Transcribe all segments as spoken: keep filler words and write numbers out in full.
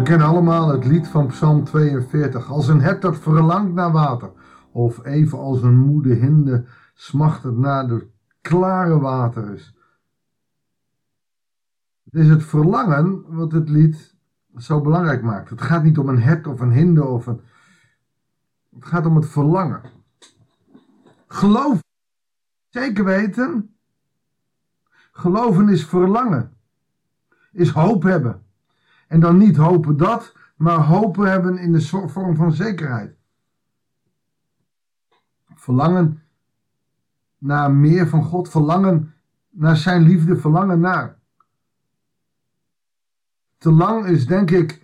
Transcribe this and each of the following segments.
kennen allemaal het lied van Psalm tweeënveertig. Als een hert dat verlangt naar water, of even als een moede hinde smachtend naar de klare waters. Het is het verlangen wat het lied zo belangrijk maakt. Het gaat niet om een hert of een hinde of een... Het gaat om het verlangen. Geloof, zeker weten. Geloven is verlangen. Is hoop hebben. En dan niet hopen dat, maar hopen hebben in de vorm van zekerheid. Verlangen naar meer van God. Verlangen naar zijn liefde. Verlangen naar. Te lang is, denk ik,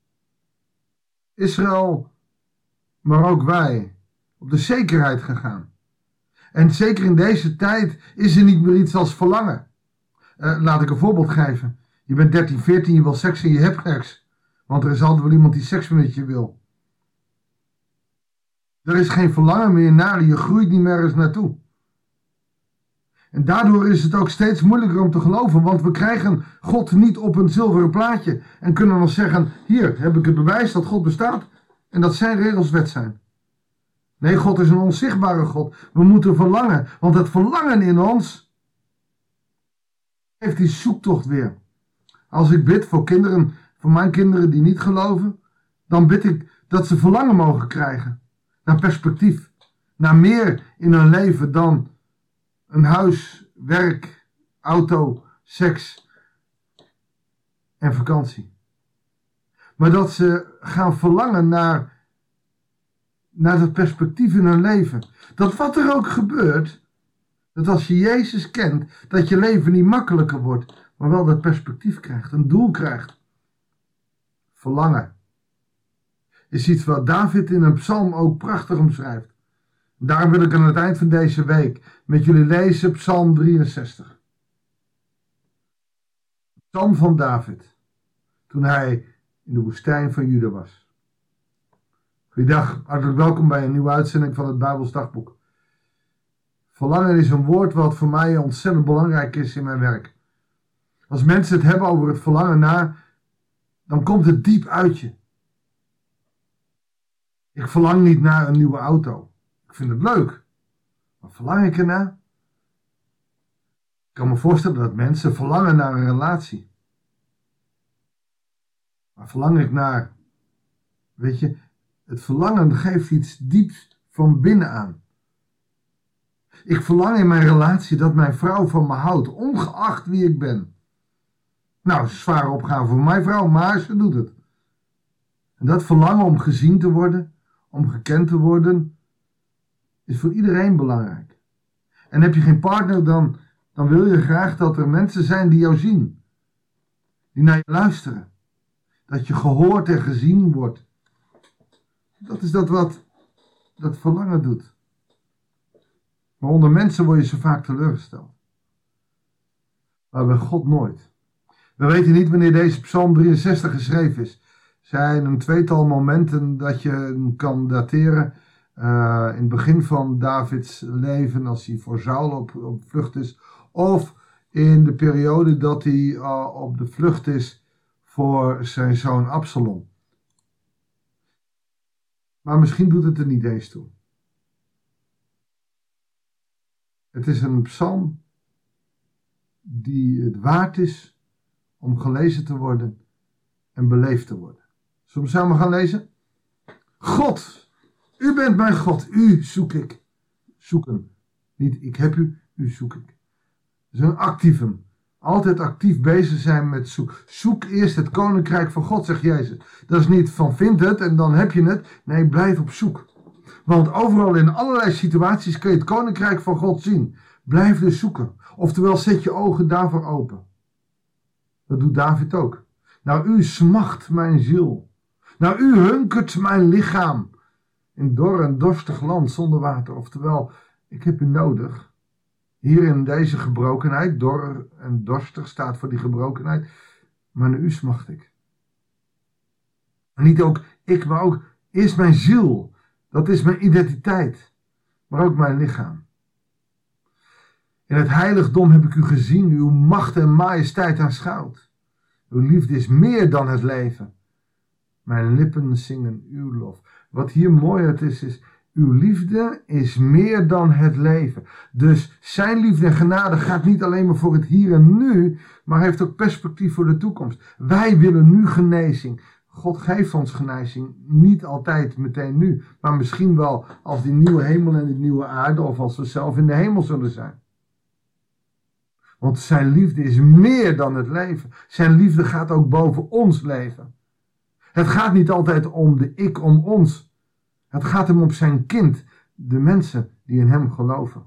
Israël, maar ook wij, op de zekerheid gegaan. En zeker in deze tijd is er niet meer iets als verlangen. Uh, laat ik een voorbeeld geven. Je bent dertien, veertien, je wil seks en je hebt seks. Want er is altijd wel iemand die seks met je wil. Er is geen verlangen meer naar, je groeit niet meer eens naartoe. En daardoor is het ook steeds moeilijker om te geloven, want we krijgen God niet op een zilveren plaatje en kunnen nog zeggen, hier heb ik het bewijs dat God bestaat en dat zijn regels wet zijn. Nee, God is een onzichtbare God. We moeten verlangen, want het verlangen in ons heeft die zoektocht weer. Als ik bid voor kinderen, voor mijn kinderen die niet geloven, dan bid ik dat ze verlangen mogen krijgen naar perspectief, naar meer in hun leven dan een huis, werk, auto, seks en vakantie. Maar dat ze gaan verlangen naar, naar dat perspectief in hun leven. Dat wat er ook gebeurt, dat als je Jezus kent, dat je leven niet makkelijker wordt, maar wel dat perspectief krijgt, een doel krijgt. Verlangen is iets wat David in een psalm ook prachtig omschrijft. Daarom wil ik aan het eind van deze week met jullie lezen Psalm drieënzestig. Psalm van David, toen hij in de woestijn van Juda was. Goeiedag, hartelijk welkom bij een nieuwe uitzending van het Bijbels Dagboek. Verlangen is een woord wat voor mij ontzettend belangrijk is in mijn werk. Als mensen het hebben over het verlangen naar, dan komt het diep uit je. Ik verlang niet naar een nieuwe auto. Ik vind het leuk. Maar verlang ik ernaar? Ik kan me voorstellen dat mensen verlangen naar een relatie. Maar verlang ik naar... Weet je, het verlangen geeft iets dieps van binnen aan. Ik verlang in mijn relatie dat mijn vrouw van me houdt, ongeacht wie ik ben. Nou, het is een zware opgave voor mijn vrouw, maar ze doet het. En dat verlangen om gezien te worden, om gekend te worden, is voor iedereen belangrijk. En heb je geen partner, dan, dan wil je graag dat er mensen zijn die jou zien. Die naar je luisteren. Dat je gehoord en gezien wordt. Dat is dat wat dat verlangen doet. Maar onder mensen word je zo vaak teleurgesteld. Maar bij God nooit. We weten niet wanneer deze Psalm drieënzestig geschreven is. Er zijn een tweetal momenten dat je hem kan dateren. Uh, in het begin van Davids leven, als hij voor Saul op, op vlucht is. Of in de periode dat hij uh, op de vlucht is voor zijn zoon Absalom. Maar misschien doet het er niet eens toe. Het is een psalm die het waard is om gelezen te worden en beleefd te worden. Zullen we samen gaan lezen? God, u bent mijn God, u zoek ik. Zoeken. Niet ik heb u, u zoek ik. Dat is een activum. Altijd actief bezig zijn met zoek. Zoek eerst het koninkrijk van God, zegt Jezus. Dat is niet van vind het en dan heb je het. Nee, blijf op zoek. Want overal in allerlei situaties kun je het koninkrijk van God zien. Blijf dus zoeken. Oftewel, zet je ogen daarvoor open. Dat doet David ook. Nou, u smacht mijn ziel. Nou, u hunkert mijn lichaam. In dor en dorstig land zonder water. Oftewel, ik heb u nodig. Hier in deze gebrokenheid, dor en dorstig staat voor die gebrokenheid. Maar naar u smacht ik. En niet ook ik, maar ook eerst mijn ziel. Dat is mijn identiteit. Maar ook mijn lichaam. In het heiligdom heb ik u gezien, uw macht en majesteit aanschouwd. Uw liefde is meer dan het leven. Mijn lippen zingen uw lof. Wat hier mooi uit is, is uw liefde is meer dan het leven. Dus zijn liefde en genade gaat niet alleen maar voor het hier en nu, maar heeft ook perspectief voor de toekomst. Wij willen nu genezing. God geeft ons genezing, niet altijd meteen nu, maar misschien wel als die nieuwe hemel en die nieuwe aarde, of als we zelf in de hemel zullen zijn. Want zijn liefde is meer dan het leven. Zijn liefde gaat ook boven ons leven. Het gaat niet altijd om de ik, om ons. Het gaat hem om zijn kind, de mensen die in hem geloven.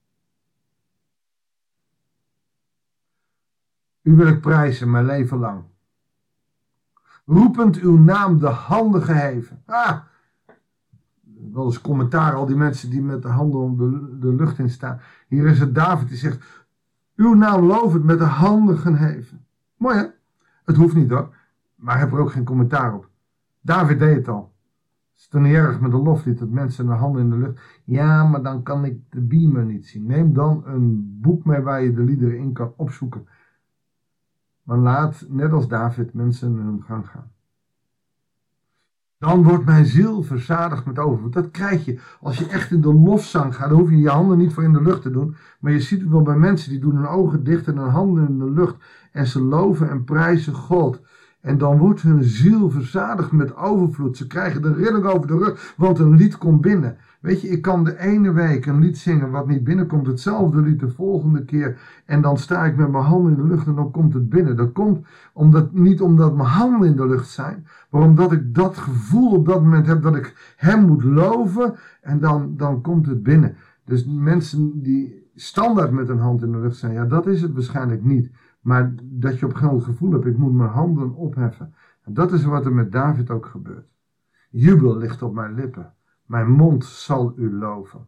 U wil ik prijzen mijn leven lang. Roepend uw naam de handen geheven. Ah, wel eens commentaar, al die mensen die met de handen om de, de lucht in staan. Hier is het David die zegt, uw naam lovend met de handen geheven. Mooi hè? Het hoeft niet hoor, maar ik heb er ook geen commentaar op. David deed het al. Het is toch niet erg met de loflied dat mensen de handen in de lucht. Ja, maar dan kan ik de beamer niet zien. Neem dan een boek mee waar je de liederen in kan opzoeken. Maar laat, net als David, mensen hun gang gaan. Dan wordt mijn ziel verzadigd met overvloed. Dat krijg je als je echt in de lofzang gaat. Dan hoef je je handen niet voor in de lucht te doen. Maar je ziet het wel bij mensen die doen hun ogen dicht en hun handen in de lucht. En ze loven en prijzen God. En dan wordt hun ziel verzadigd met overvloed. Ze krijgen de rilling over de rug, want een lied komt binnen. Weet je, ik kan de ene week een lied zingen wat niet binnenkomt, hetzelfde lied de volgende keer. En dan sta ik met mijn handen in de lucht en dan komt het binnen. Dat komt omdat, niet omdat mijn handen in de lucht zijn, maar omdat ik dat gevoel op dat moment heb dat ik hem moet loven en dan, dan komt het binnen. Dus mensen die standaard met een hand in de lucht zijn, ja, dat is het waarschijnlijk niet. Maar dat je op een gegeven moment het gevoel hebt, ik moet mijn handen opheffen. En dat is wat er met David ook gebeurt. Jubel ligt op mijn lippen. Mijn mond zal u loven.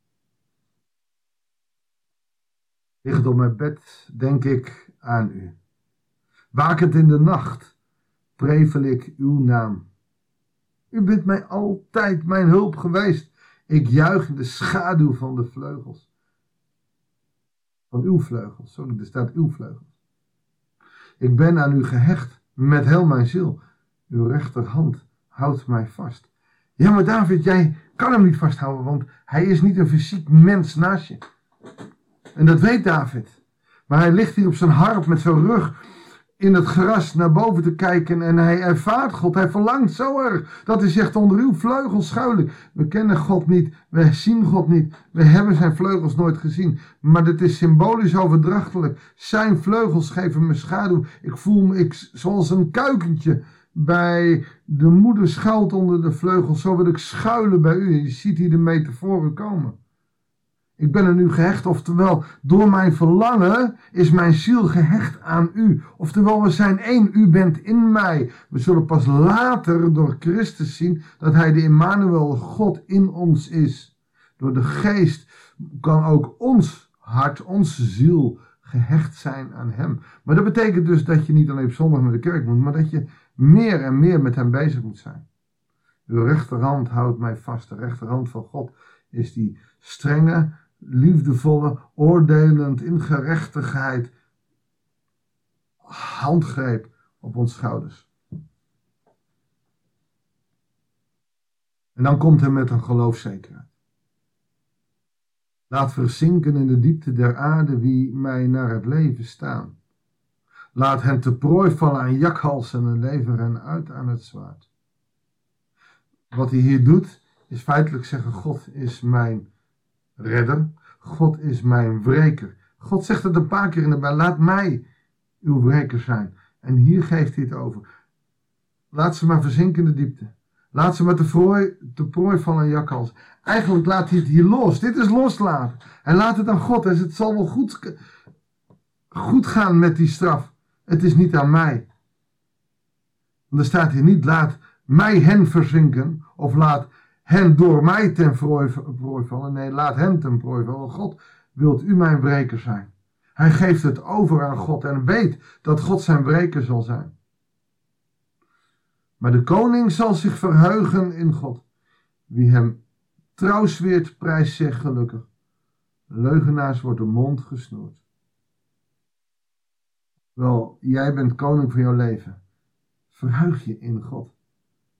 Ligt op mijn bed, denk ik aan u. Wakend in de nacht, prevel ik uw naam. U bent mij altijd mijn hulp geweest. Ik juich in de schaduw van de vleugels. Van uw vleugels, sorry, er staat uw vleugels. Ik ben aan u gehecht met heel mijn ziel. Uw rechterhand houdt mij vast. Ja, maar David, jij kan hem niet vasthouden, want hij is niet een fysiek mens naast je. En dat weet David. Maar hij ligt hier op zijn harp met zijn rug in het gras naar boven te kijken en hij ervaart God. Hij verlangt zo erg dat hij zegt, onder uw vleugels schuil ik. We kennen God niet, we zien God niet, we hebben zijn vleugels nooit gezien. Maar dit is symbolisch overdrachtelijk. Zijn vleugels geven me schaduw. Ik voel me ik, zoals een kuikentje bij de moeder schuilt onder de vleugels. Zo wil ik schuilen bij u. Je ziet hier de metaforen komen. Ik ben aan u gehecht, oftewel door mijn verlangen is mijn ziel gehecht aan u. Oftewel we zijn één, u bent in mij. We zullen pas later door Christus zien dat hij de Immanuel, God in ons is. Door de geest kan ook ons hart, onze ziel gehecht zijn aan hem. Maar dat betekent dus dat je niet alleen op zondag naar de kerk moet, maar dat je meer en meer met hem bezig moet zijn. Uw rechterhand houdt mij vast. De rechterhand van God is die strenge, liefdevolle, oordelend, in gerechtigheid handgreep op ons schouders. En dan komt hij met een geloofszekerheid. Laat verzinken in de diepte der aarde wie mij naar het leven staan. Laat hen te prooi vallen aan jakhalsen en lever hen uit aan het zwaard. Wat hij hier doet, is feitelijk zeggen, God is mijn redder. God is mijn wreker. God zegt het een paar keer in de Bijbel, laat mij uw wreker zijn. En hier geeft hij het over. Laat ze maar verzinken in de diepte. Laat ze maar te prooi, te prooi vallen aan jakhals. Eigenlijk laat hij het hier los. Dit is loslaten. Hij laat het aan God. Dus het zal wel goed, goed gaan met die straf. Het is niet aan mij. Want er staat hier niet, laat mij hen verzinken. Of laat hen door mij ten prooi, prooi vallen. Nee, laat hen ten prooi vallen. God, wilt u mijn wreker zijn? Hij geeft het over aan God en weet dat God zijn wreker zal zijn. Maar de koning zal zich verheugen in God. Wie hem trouw zweert, prijst zich gelukkig. Leugenaars wordt de mond gesnoerd. Wel, jij bent koning van jouw leven. Verheug je in God.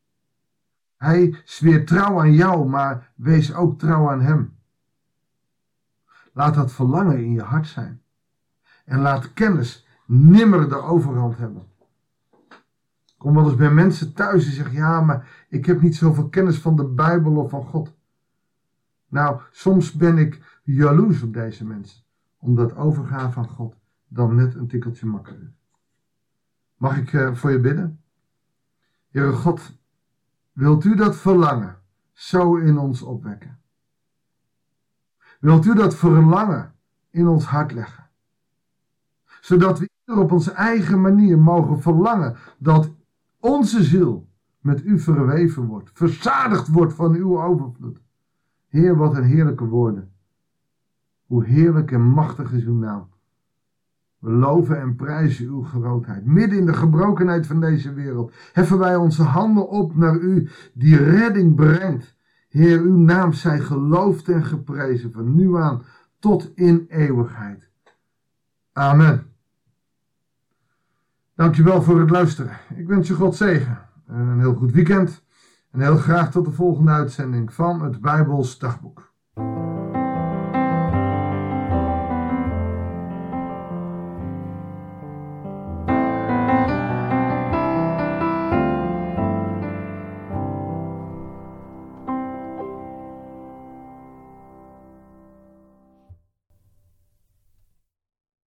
Hij zweert trouw aan jou, maar wees ook trouw aan hem. Laat dat verlangen in je hart zijn. En laat kennis nimmer de overhand hebben. Ik kom wel eens bij mensen thuis die zeggen, ja, maar ik heb niet zoveel kennis van de Bijbel of van God. Nou, soms ben ik jaloers op deze mensen, omdat overgaan van God dan net een tikkeltje makkelijker is. Mag ik uh, voor je bidden? Heere God, wilt u dat verlangen zo in ons opwekken? Wilt u dat verlangen in ons hart leggen? Zodat we ieder op onze eigen manier mogen verlangen dat onze ziel met u verweven wordt, verzadigd wordt van uw overvloed. Heer, wat een heerlijke woorden. Hoe heerlijk en machtig is uw naam. We loven en prijzen uw grootheid. Midden in de gebrokenheid van deze wereld heffen wij onze handen op naar u die redding brengt. Heer, uw naam zij geloofd en geprezen van nu aan tot in eeuwigheid. Amen. Dankjewel voor het luisteren. Ik wens je God zegen en een heel goed weekend. En heel graag tot de volgende uitzending van het Bijbels Dagboek.